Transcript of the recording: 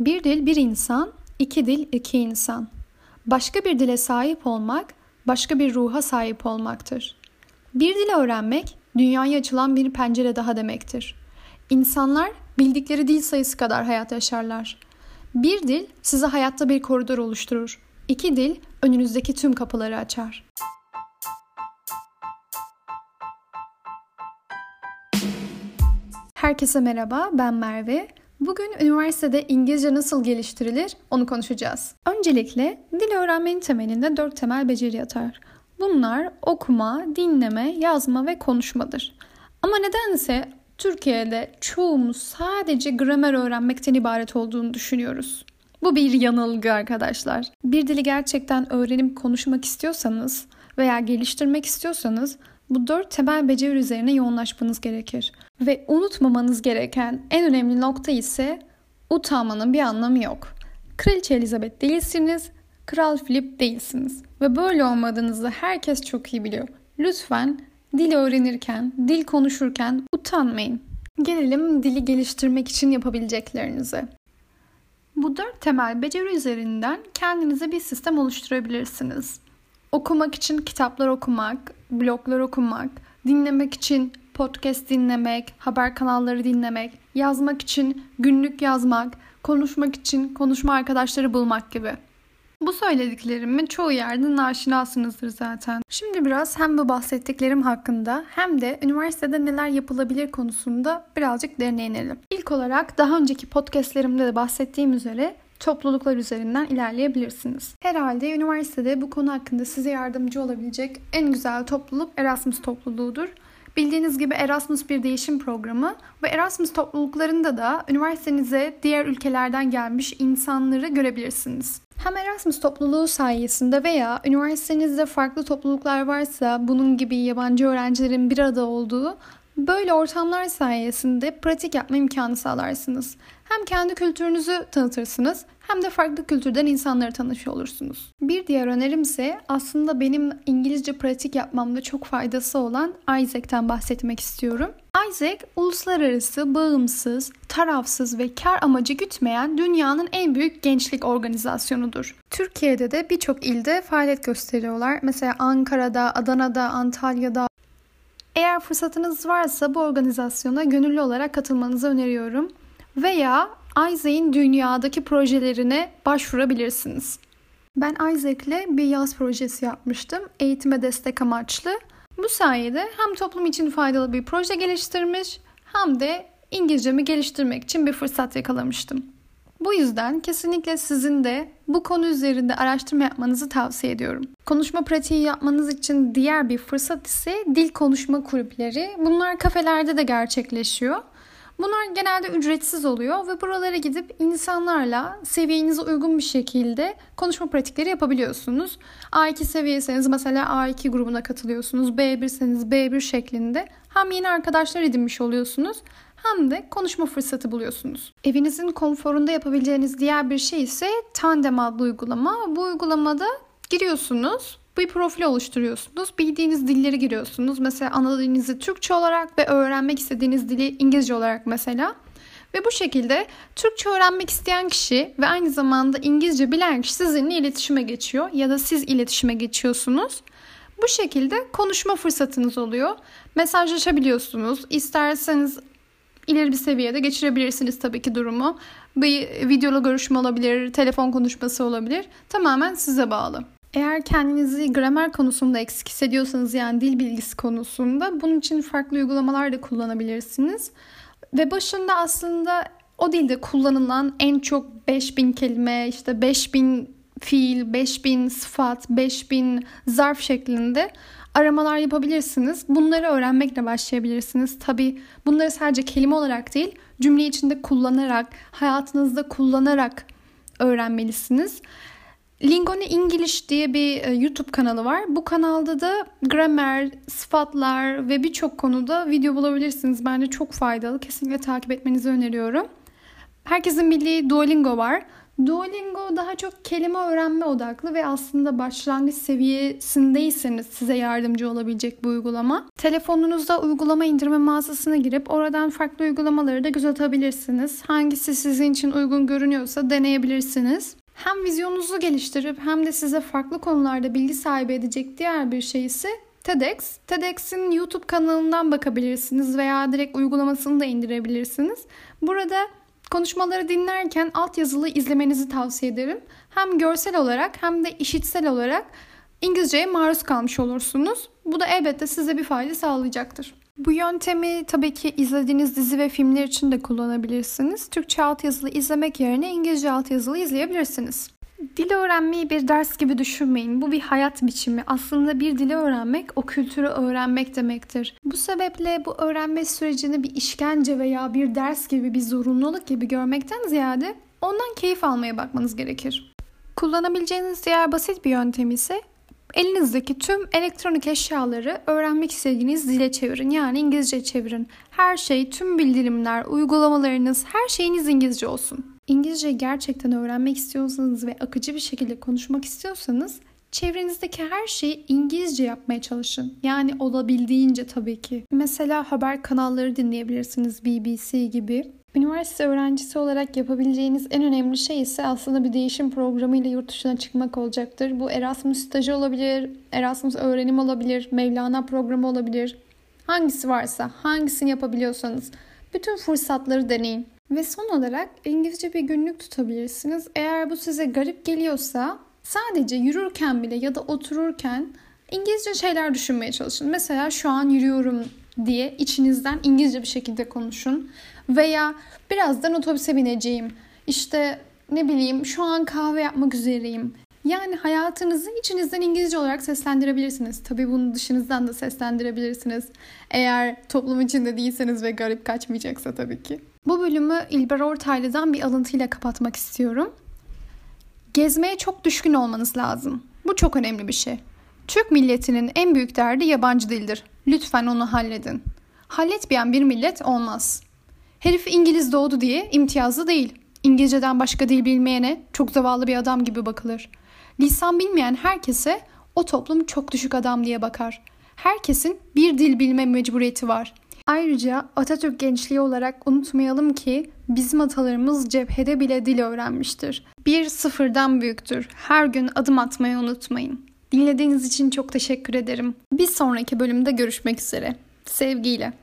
Bir dil bir insan, iki dil iki insan. Başka bir dile sahip olmak, başka bir ruha sahip olmaktır. Bir dil öğrenmek, dünyaya açılan bir pencere daha demektir. İnsanlar bildikleri dil sayısı kadar hayat yaşarlar. Bir dil size hayatta bir koridor oluşturur. İki dil önünüzdeki tüm kapıları açar. Herkese merhaba, ben Merve. Bugün üniversitede İngilizce nasıl geliştirilir onu konuşacağız. Öncelikle dil öğrenmenin temelinde 4 temel beceri yatar. Bunlar okuma, dinleme, yazma ve konuşmadır. Ama nedense Türkiye'de çoğumuz sadece gramer öğrenmekten ibaret olduğunu düşünüyoruz. Bu bir yanılgı arkadaşlar. Bir dili gerçekten öğrenip konuşmak istiyorsanız veya geliştirmek istiyorsanız bu 4 temel beceri üzerine yoğunlaşmanız gerekir. Ve unutmamanız gereken en önemli nokta ise utanmanın bir anlamı yok. Kraliçe Elizabeth değilsiniz, Kral Philip değilsiniz. Ve böyle olmadığınızı herkes çok iyi biliyor. Lütfen dil öğrenirken, dil konuşurken utanmayın. Gelelim dili geliştirmek için yapabileceklerinize. Bu 4 temel beceri üzerinden kendinize bir sistem oluşturabilirsiniz. Okumak için kitaplar okumak, bloglar okumak, dinlemek için podcast dinlemek, haber kanalları dinlemek, yazmak için günlük yazmak, konuşmak için konuşma arkadaşları bulmak gibi. Bu söylediklerimin çoğu yerden aşinasınızdır zaten. Şimdi biraz hem bu bahsettiklerim hakkında hem de üniversitede neler yapılabilir konusunda birazcık değinelim. İlk olarak daha önceki podcastlerimde de bahsettiğim üzere topluluklar üzerinden ilerleyebilirsiniz. Herhalde üniversitede bu konu hakkında size yardımcı olabilecek en güzel topluluk Erasmus topluluğudur. Bildiğiniz gibi Erasmus bir değişim programı ve Erasmus topluluklarında da üniversitenize diğer ülkelerden gelmiş insanları görebilirsiniz. Hem Erasmus topluluğu sayesinde veya üniversitenizde farklı topluluklar varsa bunun gibi yabancı öğrencilerin bir arada olduğu böyle ortamlar sayesinde pratik yapma imkanı sağlarsınız. Hem kendi kültürünüzü tanıtırsınız hem de farklı kültürden insanları tanışıyor olursunuz. Bir diğer önerim ise aslında benim İngilizce pratik yapmamda çok faydası olan Isaac'ten bahsetmek istiyorum. Isaac, uluslararası, bağımsız, tarafsız ve kar amacı gütmeyen dünyanın en büyük gençlik organizasyonudur. Türkiye'de de birçok ilde faaliyet gösteriyorlar. Mesela Ankara'da, Adana'da, Antalya'da. Eğer fırsatınız varsa bu organizasyona gönüllü olarak katılmanızı öneriyorum. Veya Isaac'in dünyadaki projelerine başvurabilirsiniz. Ben Isaac'le bir yaz projesi yapmıştım. Eğitime destek amaçlı. Bu sayede hem toplum için faydalı bir proje geliştirmiş hem de İngilizcemi geliştirmek için bir fırsat yakalamıştım. Bu yüzden kesinlikle sizin de bu konu üzerinde araştırma yapmanızı tavsiye ediyorum. Konuşma pratiği yapmanız için diğer bir fırsat ise dil konuşma kulüpleri. Bunlar kafelerde de gerçekleşiyor. Bunlar genelde ücretsiz oluyor ve buralara gidip insanlarla seviyenize uygun bir şekilde konuşma pratikleri yapabiliyorsunuz. A2 seviyeseniz mesela A2 grubuna katılıyorsunuz. B1'seniz B1 şeklinde hem yeni arkadaşlar edinmiş oluyorsunuz hem de konuşma fırsatı buluyorsunuz. Evinizin konforunda yapabileceğiniz diğer bir şey ise Tandem adlı uygulama. Bu uygulamada giriyorsunuz, bir profil oluşturuyorsunuz, bildiğiniz dilleri giriyorsunuz. Mesela ana dilinizi Türkçe olarak ve öğrenmek istediğiniz dili İngilizce olarak mesela. Ve bu şekilde Türkçe öğrenmek isteyen kişi ve aynı zamanda İngilizce bilen kişi sizinle iletişime geçiyor ya da siz iletişime geçiyorsunuz. Bu şekilde konuşma fırsatınız oluyor. Mesajlaşabiliyorsunuz. İsterseniz ileri bir seviyede geçirebilirsiniz tabii ki durumu. Bir videolu görüşme olabilir, telefon konuşması olabilir. Tamamen size bağlı. Eğer kendinizi gramer konusunda eksik hissediyorsanız yani dil bilgisi konusunda bunun için farklı uygulamalar da kullanabilirsiniz. Ve başında aslında o dilde kullanılan en çok 5000 kelime, işte 5000 fiil, 5000 sıfat, 5000 zarf şeklinde aramalar yapabilirsiniz. Bunları öğrenmekle başlayabilirsiniz. Tabii bunları sadece kelime olarak değil, cümle içinde kullanarak, hayatınızda kullanarak öğrenmelisiniz. Lingoni English diye bir YouTube kanalı var. Bu kanalda da gramer, sıfatlar ve birçok konuda video bulabilirsiniz. Bence çok faydalı. Kesinlikle takip etmenizi öneriyorum. Herkesin bildiği Duolingo var. Duolingo daha çok kelime öğrenme odaklı ve aslında başlangıç seviyesindeyseniz size yardımcı olabilecek bir uygulama. Telefonunuzda uygulama indirme mağazasına girip oradan farklı uygulamaları da göz atabilirsiniz. Hangisi sizin için uygun görünüyorsa deneyebilirsiniz. Hem vizyonunuzu geliştirip hem de size farklı konularda bilgi sahibi edecek diğer bir şey ise TEDx. TEDx'in YouTube kanalından bakabilirsiniz veya direkt uygulamasını da indirebilirsiniz. Burada konuşmaları dinlerken altyazılı izlemenizi tavsiye ederim. Hem görsel olarak hem de işitsel olarak İngilizceye maruz kalmış olursunuz. Bu da elbette size bir fayda sağlayacaktır. Bu yöntemi tabii ki izlediğiniz dizi ve filmler için de kullanabilirsiniz. Türkçe altyazılı izlemek yerine İngilizce altyazılı izleyebilirsiniz. Dil öğrenmeyi bir ders gibi düşünmeyin. Bu bir hayat biçimi. Aslında bir dili öğrenmek, o kültürü öğrenmek demektir. Bu sebeple bu öğrenme sürecini bir işkence veya bir ders gibi, bir zorunluluk gibi görmekten ziyade ondan keyif almaya bakmanız gerekir. Kullanabileceğiniz diğer basit bir yöntem ise elinizdeki tüm elektronik eşyaları öğrenmek istediğiniz dile çevirin. Yani İngilizce çevirin. Her şey, tüm bildirimler, uygulamalarınız, her şeyiniz İngilizce olsun. İngilizce gerçekten öğrenmek istiyorsanız ve akıcı bir şekilde konuşmak istiyorsanız çevrenizdeki her şeyi İngilizce yapmaya çalışın. Yani olabildiğince tabii ki. Mesela haber kanalları dinleyebilirsiniz, BBC gibi. Üniversite öğrencisi olarak yapabileceğiniz en önemli şey ise aslında bir değişim programıyla yurt dışına çıkmak olacaktır. Bu Erasmus stajı olabilir, Erasmus öğrenim olabilir, Mevlana programı olabilir. Hangisi varsa, hangisini yapabiliyorsanız bütün fırsatları deneyin. Ve son olarak İngilizce bir günlük tutabilirsiniz. Eğer bu size garip geliyorsa sadece yürürken bile ya da otururken İngilizce şeyler düşünmeye çalışın. Mesela şu an yürüyorum diye içinizden İngilizce bir şekilde konuşun. Veya birazdan otobüse bineceğim. İşte ne bileyim şu an kahve yapmak üzereyim. Yani hayatınızı içinizden İngilizce olarak seslendirebilirsiniz. Tabii bunu dışınızdan da seslendirebilirsiniz. Eğer toplum içinde değilseniz ve garip kaçmayacaksa tabii ki. Bu bölümü İlber Ortaylı'dan bir alıntıyla kapatmak istiyorum. Gezmeye çok düşkün olmanız lazım. Bu çok önemli bir şey. Türk milletinin en büyük derdi yabancı dildir. Lütfen onu halledin. Halletmeyen bir millet olmaz. Herif İngiliz doğdu diye imtiyazlı değil. İngilizceden başka dil bilmeyene çok zavallı bir adam gibi bakılır. Lisan bilmeyen herkese o toplum çok düşük adam diye bakar. Herkesin bir dil bilme mecburiyeti var. Ayrıca Atatürk gençliği olarak unutmayalım ki bizim atalarımız cephede bile dil öğrenmiştir. Bir sıfırdan büyüktür. Her gün adım atmayı unutmayın. Dinlediğiniz için çok teşekkür ederim. Bir sonraki bölümde görüşmek üzere. Sevgiyle.